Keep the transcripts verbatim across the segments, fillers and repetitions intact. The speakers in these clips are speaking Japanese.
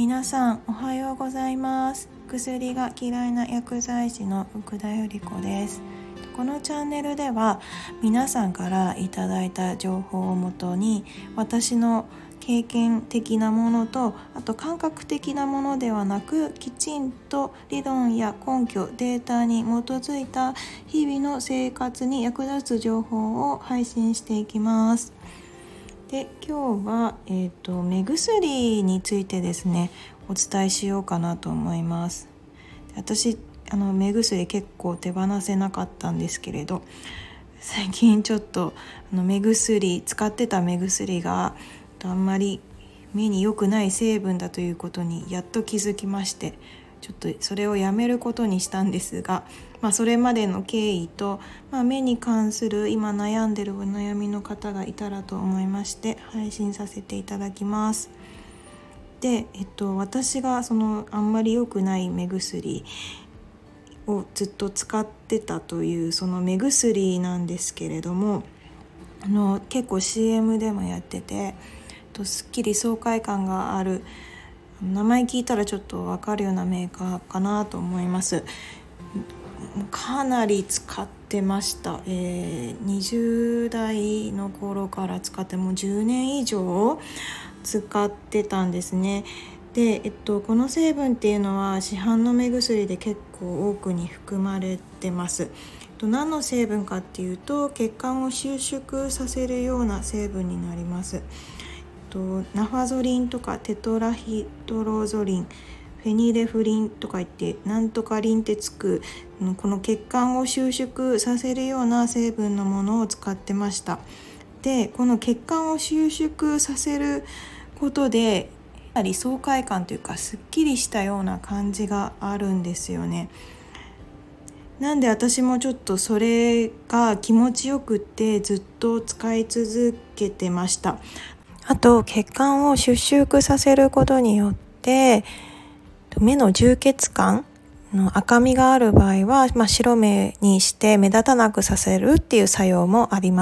皆さんおはようございます。薬が嫌いな薬剤師の奥田由里子です。このチャンネルでは皆さんからいただいた情報をもとに、私の経験的なものと、あと感覚的なものではなく、きちんと理論や根拠、データに基づいた日々の生活に役立つ情報を配信していきます。で、今日は、えーと、目薬についてですね、お伝えしようかなと思います。私、あの目薬結構手放せなかったんですけれど、最近ちょっとあの目薬使ってた目薬があんまり目に良くない成分だということにやっと気づきまして、ちょっとそれをやめることにしたんですが、まあ、それまでの経緯と、まあ、目に関する今悩んでるお悩みの方がいたらと思いまして配信させていただきます。で、えっと、私がそのあんまり良くない目薬をずっと使ってたというその目薬なんですけれども、あの結構 シーエム でもやってて、とすっきり爽快感がある、名前聞いたらちょっと分かるようなメーカーかなと思います。かなり使ってました、えー、にじゅう代の頃から使ってもうじゅうねん以上使ってたんですね。で、えっと、この成分っていうのは市販の目薬で結構多くに含まれてます。何の成分かっていうと、血管を収縮させるような成分になります。ナファゾリンとかテトラヒドロゾリン、フェニレフリンとか言ってなんとかリンってつく、この血管を収縮させるような成分のものを使ってました。で、この血管を収縮させることでやはり爽快感というか、すっきりしたような感じがあるんですよね。なんで私もちょっとそれが気持ちよくってずっと使い続けてました。あと、血管を収縮させることによって目の充血感の赤みがある場合は、まあ、白目にして目立たなくさせるっていう作用もあります。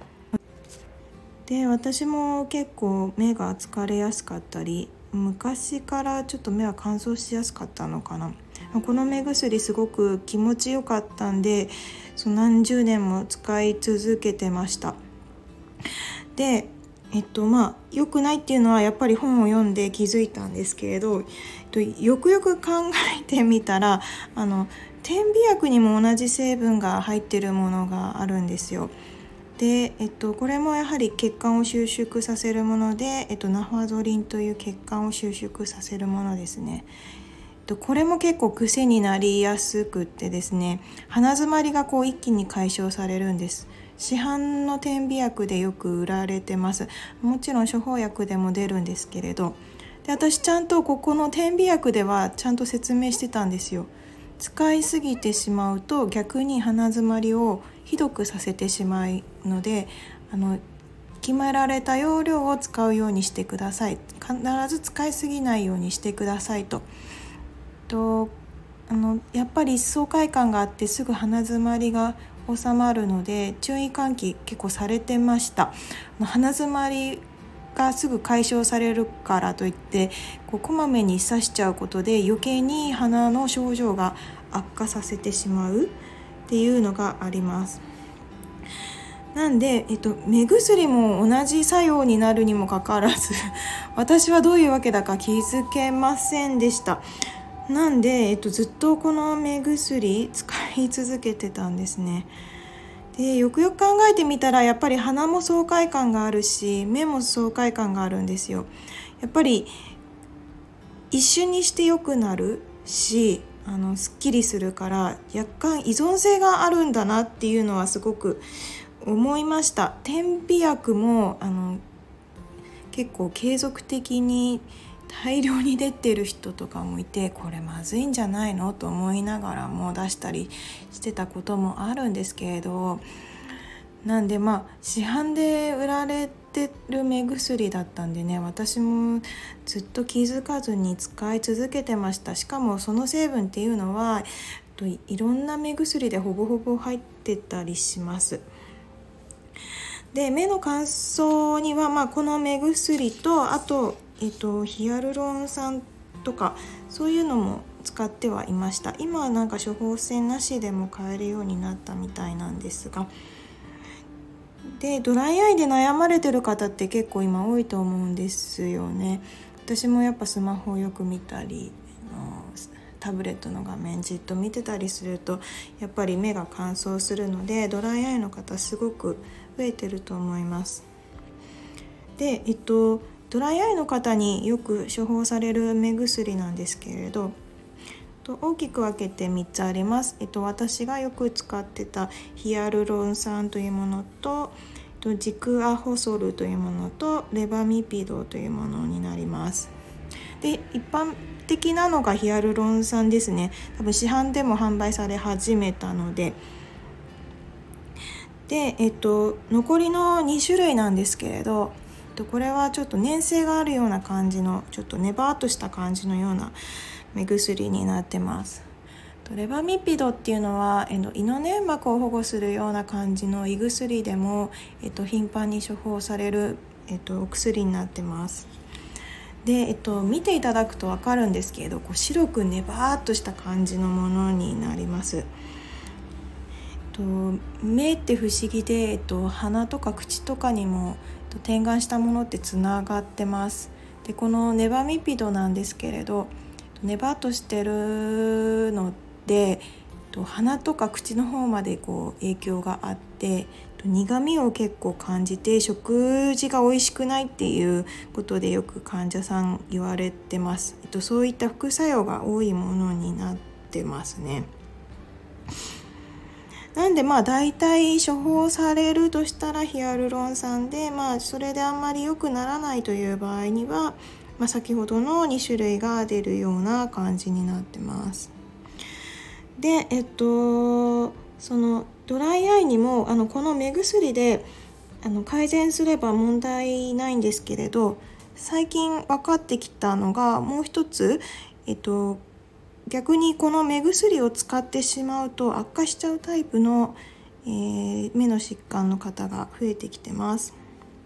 で、私も結構目が疲れやすかったり、昔からちょっと目は乾燥しやすかったのかな。この目薬すごく気持ちよかったんで、その何十年も使い続けてました。で、えっとまあ良くないっていうのはやっぱり本を読んで気づいたんですけれど、えっと、よくよく考えてみたら、あの点鼻薬にも同じ成分が入っているものがあるんですよ。で、えっと、これもやはり血管を収縮させるもので、えっと、ナファゾリンという血管を収縮させるものですね。これも結構癖になりやすくってですね、鼻詰まりがこう一気に解消されるんです。市販の点鼻薬でよく売られてます。もちろん処方薬でも出るんですけれど、で、私ちゃんとここの点鼻薬ではちゃんと説明してたんですよ。使いすぎてしまうと逆に鼻詰まりをひどくさせてしまうので、あの決められた容量を使うようにしてください。必ず使いすぎないようにしてくださいと。とあのやっぱり爽快感があってすぐ鼻詰まりが収まるので、注意喚起結構されてました。鼻詰まりがすぐ解消されるからといってこうこまめに刺しちゃうことで余計に鼻の症状が悪化させてしまうっていうのがあります。なんで、えっと、目薬も同じ作用になるにもかかわらず私はどういうわけだか気づけませんでした。なんで、えっと、ずっとこの目薬使い続けてたんですね。で、よくよく考えてみたらやっぱり鼻も爽快感があるし目も爽快感があるんですよ。やっぱり一瞬にして良くなるし、あのすっきりするから若干依存性があるんだなっていうのはすごく思いました。点鼻薬もあの結構継続的に大量に出てる人とかもいて、これまずいんじゃないのと思いながらも出したりしてたこともあるんですけれど、なんでまあ市販で売られてる目薬だったんでね、私もずっと気づかずに使い続けてました。しかもその成分っていうのはいろんな目薬でほぼほぼ入ってたりします。 で目の乾燥には、まあ、この目薬とあと、えっと、ヒアルロン酸とかそういうのも使ってはいました。今はなんか処方箋なしでも買えるようになったみたいなんですが、でドライアイで悩まれてる方って結構今多いと思うんですよね。私もやっぱスマホをよく見たりタブレットの画面じっと見てたりするとやっぱり目が乾燥するので、ドライアイの方すごく増えてると思います。で、えっと、ドライアイの方によく処方される目薬なんですけれど、大きく分けてみっつあります。えっと、私がよく使ってたヒアルロン酸というものと、ジクアホソルというものとレバミピドというものになります。で、一般的なのがヒアルロン酸ですね。多分市販でも販売され始めたので、で、えっと、残りのに種類なんですけれど、これはちょっと粘性があるような感じの、ちょっとネバーっとした感じのような目薬になってます。レバミピドっていうのは、えっと、胃の粘膜を保護するような感じの胃薬でも、えっと、頻繁に処方される、えっと、お薬になってます。で、えっと、見ていただくと分かるんですけれど、こう白くネバーっとした感じのものになります。えっと、目って不思議で、えっと、鼻とか口とかにも、えっと、点眼したものってつながってます。で、このネバミピドなんですけれど、ネバーっとしてるので、鼻とか口の方までこう影響があって、苦味を結構感じて食事が美味しくないっていうことでよく患者さん言われてます。そういった副作用が多いものになってますね。なんでまあ大体処方されるとしたらヒアルロン酸で、まあそれであんまり良くならないという場合には、まあ、先ほどのに種類が出るような感じになってます。で、えっとそのドライアイにもあのこの目薬であの改善すれば問題ないんですけれど、最近分かってきたのがもう一つ、えっと逆にこの目薬を使ってしまうと悪化しちゃうタイプの、えー、目の疾患の方が増えてきてます。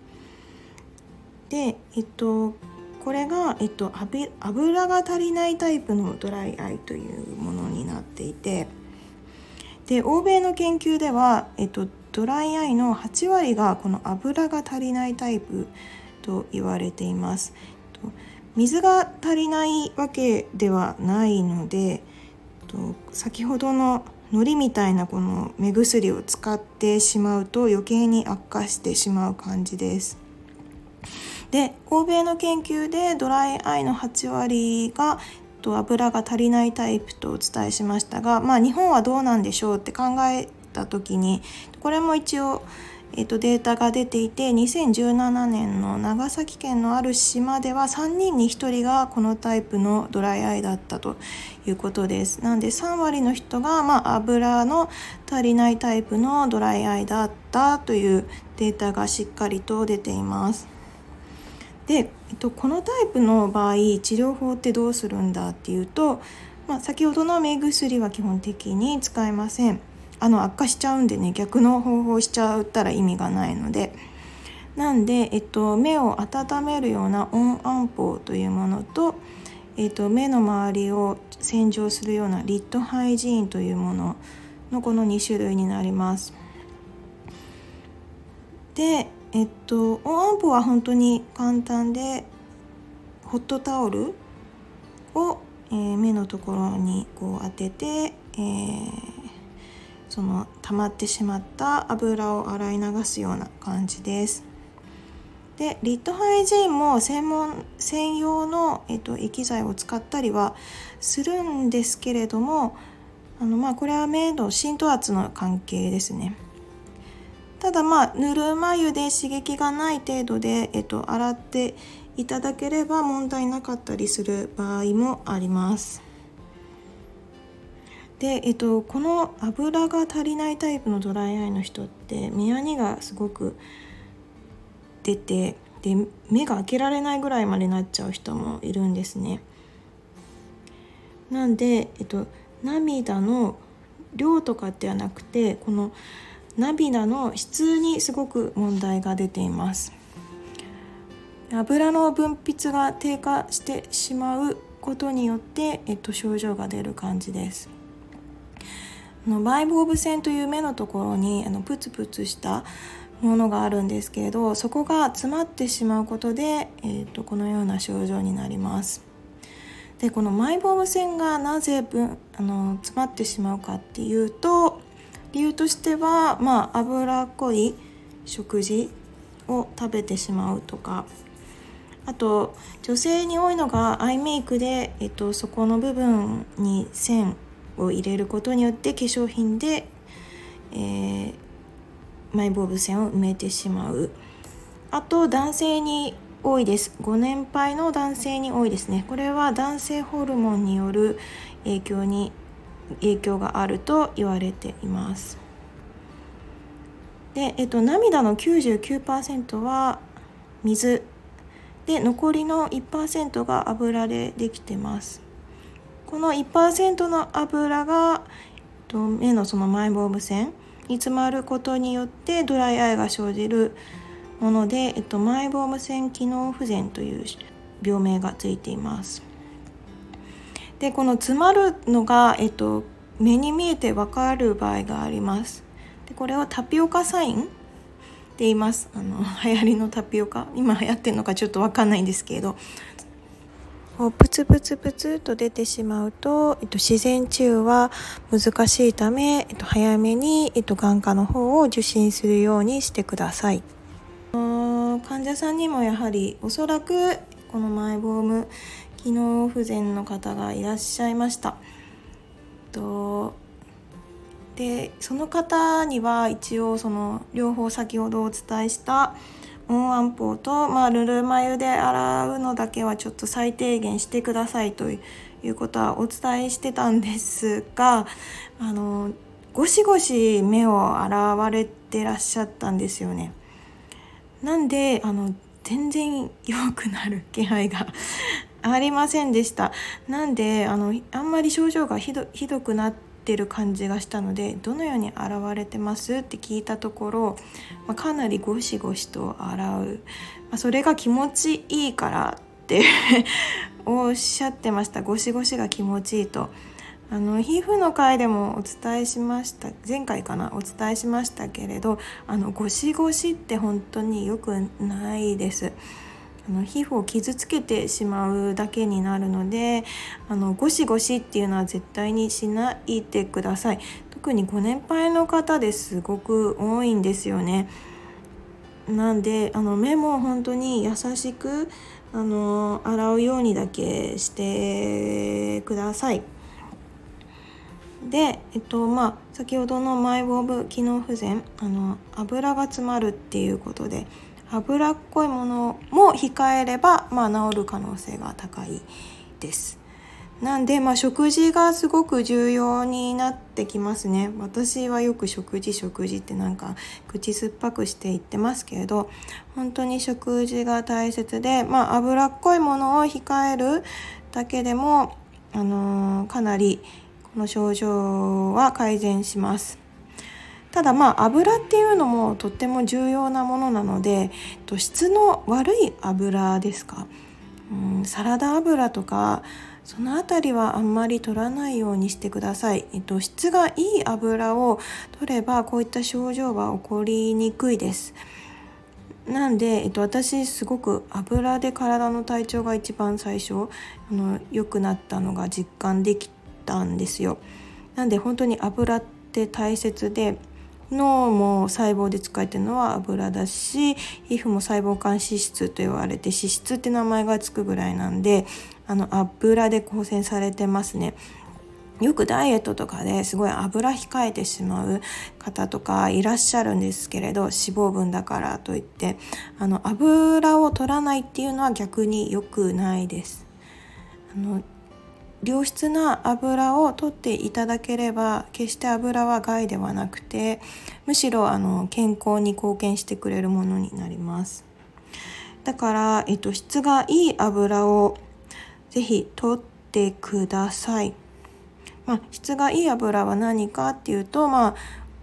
で、えっとこれが、えっと、油が足りないタイプのドライアイというものになっていて、で欧米の研究では、えっと、ドライアイのはち割がこの油が足りないタイプと言われています。水が足りないわけではないので、先ほどの糊みたいなこの目薬を使ってしまうと余計に悪化してしまう感じです。で、欧米の研究でドライアイのはち割が油が足りないタイプとお伝えしましたが、まあ、日本はどうなんでしょうって考えた時に、これも一応、えー、とデータが出ていて、にせんじゅうななねんの長崎県のある島ではさんにんにひとりがこのタイプのドライアイだったということです。なんでさん割の人が、まあ、油の足りないタイプのドライアイだったというデータがしっかりと出ています。で、えっと、このタイプの場合治療法ってどうするんだっていうと、まあ、先ほどの目薬は基本的に使えません。あの悪化しちゃうんでね、逆の方法しちゃったら意味がないので、なんで、えっと、目を温めるような温安泡というものと、えっと、目の周りを洗浄するようなリッドハイジーンというもののこのに種類になります。で、えっと、温安泡は本当に簡単で、ホットタオルを、えー、目のところにこう当てて、えー、その溜まってしまった油を洗い流すような感じです。で、リッドハイジーンも専門専用の、えっと、液剤を使ったりはするんですけれども、あの、まあ、これは目の浸透圧の関係ですね。ただまあぬるま湯で刺激がない程度で、えっと、洗っていただければ問題なかったりする場合もあります。で、えっと、この油が足りないタイプのドライアイの人って目やにがすごく出て、で目が開けられないぐらいまでなっちゃう人もいるんですね。なんで、えっと、涙の量とかではなくて、この涙の質にすごく問題が出ています。油の分泌が低下してしまうことによって、えっと、症状が出る感じです。あのバイブオブ腺という目のところにあのプツプツしたものがあるんですけれど、そこが詰まってしまうことで、えっと、このような症状になります。でこのマイボーム腺がなぜ分あの詰まってしまうかっていうと、理由としては、まあ、脂っこい食事を食べてしまうとか、あと女性に多いのがアイメイクで、えっと、そこの部分に線を入れることによって化粧品で、えー、マイボーム腺を埋めてしまう。あと男性に多いです。ご年配の男性に多いですね。これは男性ホルモンによる影響に影響があると言われています。で、えっと、涙の きゅうじゅうきゅうパーセント は水で、残りの いちパーセント が油でできてます。この いちパーセント の油が目のそのマイボーム腺に詰まることによってドライアイが生じるもので、えっと、マイボーム腺機能不全という病名がついています。でこの詰まるのが、えっと、目に見えて分かる場合があります。でこれをタピオカサインって言います。あの流行りのタピオカ、今流行ってるのかちょっと分かんないんですけど、プツプツプツと出てしまうと、えっと、自然治癒は難しいため、えっと、早めに、えっと、眼科の方を受診するようにしてください。患者さんにもやはりおそらくこのマイボーム機能不全の方がいらっしゃいました。とでその方には一応その両方先ほどお伝えした温安泡と、まあ、ぬるま湯で洗うのだけはちょっと最低限してくださいということはお伝えしてたんですが、あのゴシゴシ目を洗われてらっしゃったんですよね。なんであの全然良くなる気配がありませんでした。なんであのあんまり症状がひど、ひどくなってる感じがしたので、どのように洗われてますって聞いたところ、まあ、かなりゴシゴシと洗う、まあ、それが気持ちいいからっておっしゃってました。ゴシゴシが気持ちいいと。あの皮膚の回でもお伝えしました前回かなお伝えしましたけれど、あのゴシゴシって本当に良くないです。あの皮膚を傷つけてしまうだけになるので、あのゴシゴシっていうのは絶対にしないでください。特にご年配の方ですごく多いんですよね。なんであの目も本当に優しくあの洗うようにだけしてください。で、えっとまあ、先ほどのマイボーム機能不全、あの油が詰まるっていうことで、脂っこいものも控えれば、まあ、治る可能性が高いです。なんで、まあ、食事がすごく重要になってきますね。私はよく食事食事ってなんか口酸っぱくして言ってますけれど、本当に食事が大切で、まあ、脂っこいものを控えるだけでも、あのー、かなりこの症状は改善します。ただまあ油っていうのもとっても重要なものなので、質の悪い油ですか、うん、サラダ油とかそのあたりはあんまり取らないようにしてください。えっと、質がいい油を取ればこういった症状は起こりにくいです。なんで、えっと、私すごく油で体の体調が一番最初あの良くなったのが実感できたんですよ。なんで本当に油って大切で、脳も細胞で使えてるのは油だし、皮膚も細胞間脂質と言われて脂質って名前がつくぐらいなんで、あの油で構成されてますね。よくダイエットとかですごい油控えてしまう方とかいらっしゃるんですけれど、脂肪分だからといってあの油を取らないっていうのは逆に良くないです。あの良質な油を取っていただければ、決して油は害ではなくて、むしろあの健康に貢献してくれるものになります。だから、えっと、質がいい油をぜひ取ってください。まあ、質がいい油は何かっていうと、まあ、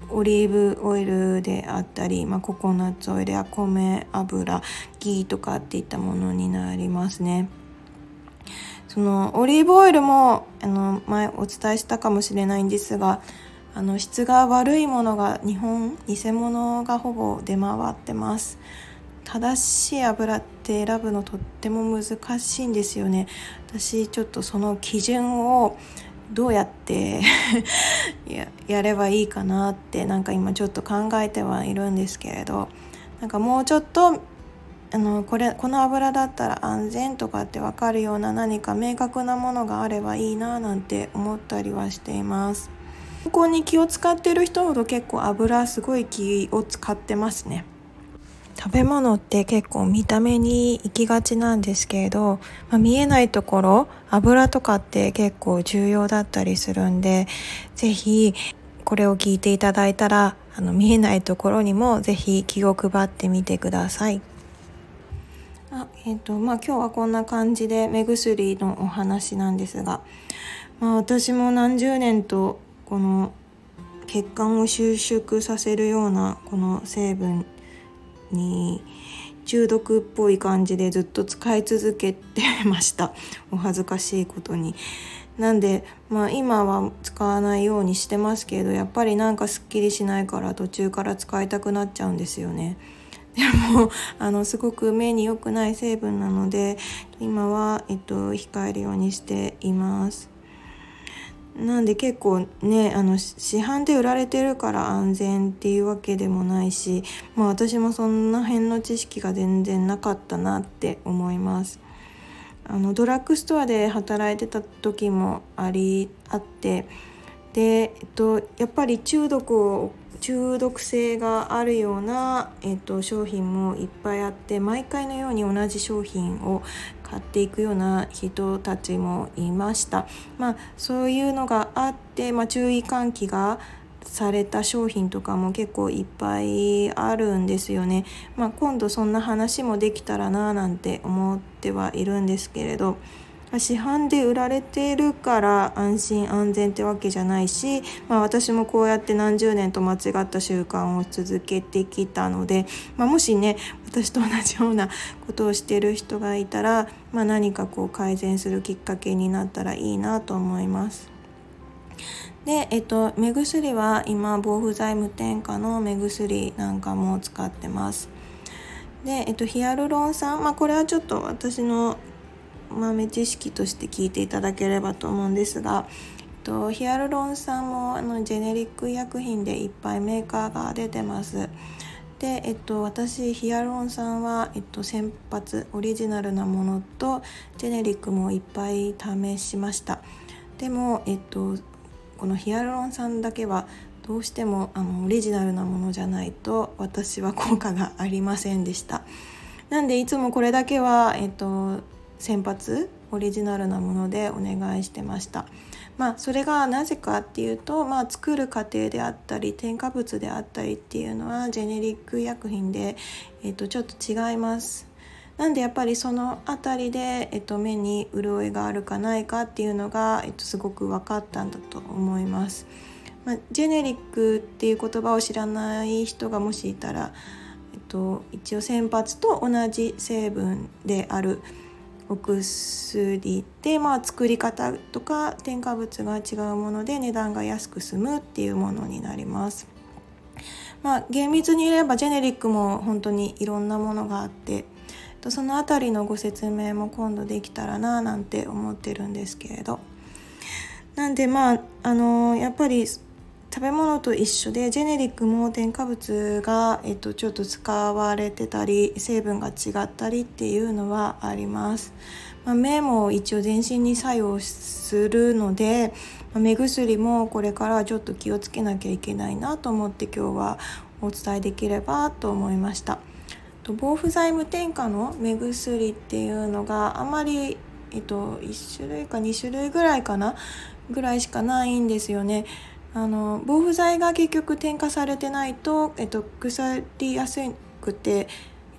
オリーブオイルであったり、まあ、ココナッツオイルや米油、ギーとかっていったものになりますね。そのオリーブオイルもあの前お伝えしたかもしれないんですが、あの質が悪いものが日本偽物がほぼ出回ってます。正しい油って選ぶのとっても難しいんですよね。私ちょっとその基準をどうやってや, やればいいかなってなんか今ちょっと考えてはいるんですけれど、なんかもうちょっとあのこれこの油だったら安全とかって分かるような何か明確なものがあればいいななんて思ったりはしています。健康に気を使ってる人ほど結構油すごい気を使ってますね。食べ物って結構見た目に行きがちなんですけれど、まあ、見えないところ油とかって結構重要だったりするんで、ぜひこれを聞いていただいたらあの見えないところにもぜひ気を配ってみてください。あ、えーとまあ、今日はこんな感じで目薬のお話なんですが、まあ、私も何十年とこの血管を収縮させるようなこの成分に中毒っぽい感じでずっと使い続けてました。お恥ずかしいことに。なんで、まあ、今は使わないようにしてますけど、やっぱりなんかすっきりしないから途中から使いたくなっちゃうんですよね。でもあのすごく目に良くない成分なので今は、えっと、控えるようにしています。なんで結構ね、あの市販で売られてるから安全っていうわけでもないし、まあ、私もそんな辺の知識が全然なかったなって思います。あのドラッグストアで働いてた時もありあってで、えっと、やっぱり中毒を中毒性があるような、えっと、商品もいっぱいあって、毎回のように同じ商品を買っていくような人たちもいました。まあ、そういうのがあって、まあ、注意喚起がされた商品とかも結構いっぱいあるんですよね。まあ、今度そんな話もできたらななんて思ってはいるんですけれど、市販で売られているから安心安全ってわけじゃないし、まあ、私もこうやって何十年と間違った習慣を続けてきたので、まあ、もしね私と同じようなことをしている人がいたら、まあ、何かこう改善するきっかけになったらいいなと思います。で、えっと、目薬は今防腐剤無添加の目薬なんかも使ってます。で、えっと、ヒアルロン酸、まあ、これはちょっと私の豆知識として聞いていただければと思うんですが、えっと、ヒアルロン酸もあのジェネリック医薬品でいっぱいメーカーが出てます。で、えっと、私ヒアルロン酸は、えっと、先発オリジナルなものとジェネリックもいっぱい試しました。でも、えっと、このヒアルロン酸だけはどうしてもあのオリジナルなものじゃないと私は効果がありませんでした。なんでいつもこれだけは、えっと先発オリジナルなものでお願いしてました。まあそれがなぜかっていうと、まあ、作る過程であったり添加物であったりっていうのはジェネリック医薬品で、えっと、ちょっと違います。なんでやっぱりそのあたりで、えっと、目に潤いがあるかないかっていうのが、えっと、すごく分かったんだと思います。まあ、ジェネリックっていう言葉を知らない人がもしいたら、えっと、一応先発と同じ成分であるお薬で、まあ、作り方とか添加物が違うもので値段が安く済むっていうものになります。まあ、厳密に言えばジェネリックも本当にいろんなものがあって、そのあたりのご説明も今度できたらななんて思ってるんですけれど、なんでまああのやっぱり食べ物と一緒でジェネリックも添加物が、えっと、ちょっと使われてたり成分が違ったりっていうのはあります。まあ、目も一応全身に作用するので、まあ、目薬もこれからちょっと気をつけなきゃいけないなと思って今日はお伝えできればと思いました。防腐剤無添加の目薬っていうのがあまり、えっと、いち種類かに種類ぐらいかなぐらいしかないんですよね。あの防腐剤が結局添加されてないと、えっと、腐りやすくて、えっ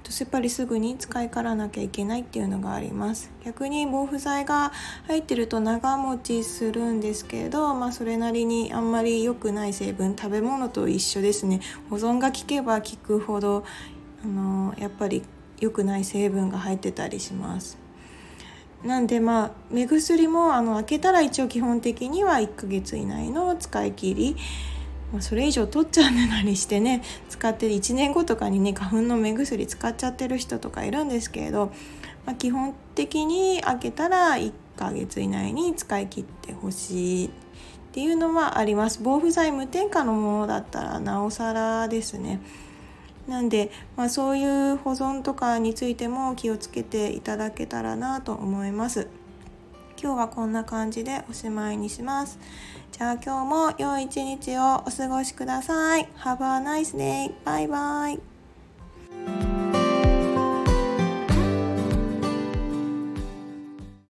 やっぱりすぐに使い切らなきゃいけないっていうのがあります。逆に防腐剤が入ってると長持ちするんですけど、まあ、それなりにあんまり良くない成分、食べ物と一緒ですね。保存が効けば効くほどあのやっぱり良くない成分が入ってたりします。なんでまあ目薬もあの開けたら一応基本的にはいっかげつ以内の使い切り、それ以上取っちゃうなりしてね、使っていちねんごとかにね花粉の目薬使っちゃってる人とかいるんですけれど、まあ、基本的に開けたらいっかげつ以内に使い切ってほしいっていうのはあります。防腐剤無添加のものだったらなおさらですね。なんで、まあ、そういう保存とかについても気をつけていただけたらなと思います。今日はこんな感じでおしまいにします。じゃあ今日も良い一日をお過ごしください。Have a nice day. バイバイ。